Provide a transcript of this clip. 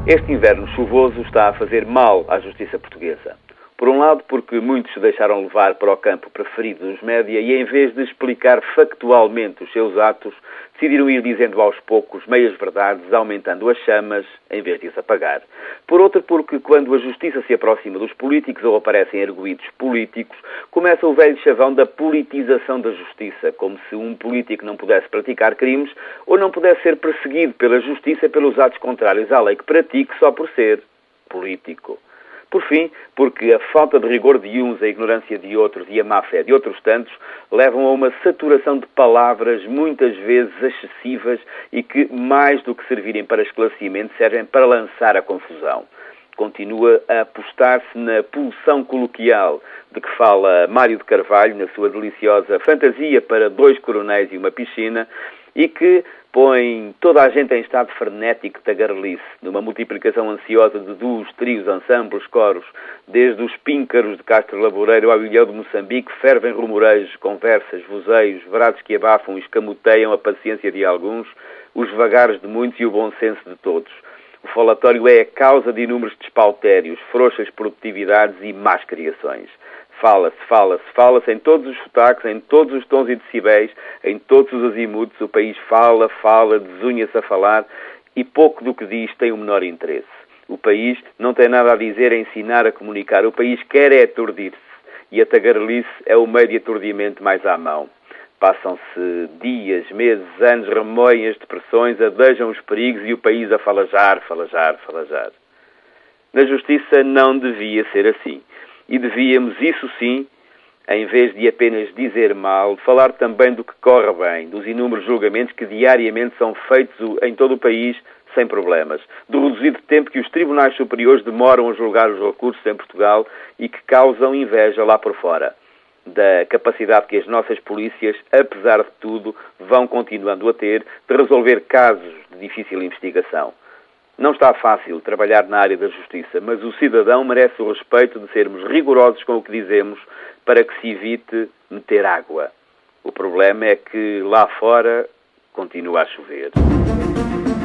Este inverno chuvoso está a fazer mal à justiça portuguesa. Por um lado, porque muitos se deixaram levar para o campo preferido dos média e, em vez de explicar factualmente os seus atos, decidiram ir dizendo aos poucos meias-verdades, aumentando as chamas, em vez de as apagar. Por outro, porque quando a justiça se aproxima dos políticos ou aparecem arguidos políticos, começa o velho chavão da politização da justiça, como se um político não pudesse praticar crimes ou não pudesse ser perseguido pela justiça pelos atos contrários à lei que pratique só por ser político. Por fim, porque a falta de rigor de uns, a ignorância de outros e a má-fé de outros tantos levam a uma saturação de palavras muitas vezes excessivas e que, mais do que servirem para esclarecimento, servem para lançar a confusão. Continua a apostar-se na pulsão coloquial de que fala Mário de Carvalho na sua deliciosa Fantasia para 2 coronéis e uma piscina e que põe toda a gente em estado frenético de tagarelice, numa multiplicação ansiosa de duos, trios, ensembles, coros, desde os píncaros de Castro Laboreiro ao Ilhéu de Moçambique, fervem rumorejos, conversas, vozeios, verados que abafam e escamoteiam a paciência de alguns, os vagares de muitos e o bom senso de todos. O falatório é a causa de inúmeros despautérios, frouxas produtividades e más criações. Fala-se em todos os sotaques, em todos os tons e decibéis, em todos os azimutos. O país fala, desunha-se a falar e pouco do que diz tem o menor interesse. O país não tem nada a dizer, a ensinar, a comunicar. O país quer é aturdir-se e a tagarelice é o meio de aturdimento mais à mão. Passam-se dias, meses, anos, remoem as depressões, adejam os perigos e o país a falajar. Na justiça não devia ser assim. E devíamos, isso sim, em vez de apenas dizer mal, falar também do que corre bem, dos inúmeros julgamentos que diariamente são feitos em todo o país sem problemas, do reduzido tempo que os tribunais superiores demoram a julgar os recursos em Portugal e que causam inveja lá por fora, da capacidade que as nossas polícias, apesar de tudo, vão continuando a ter de resolver casos de difícil investigação. Não está fácil trabalhar na área da justiça, mas o cidadão merece o respeito de sermos rigorosos com o que dizemos para que se evite meter água. O problema é que lá fora continua a chover.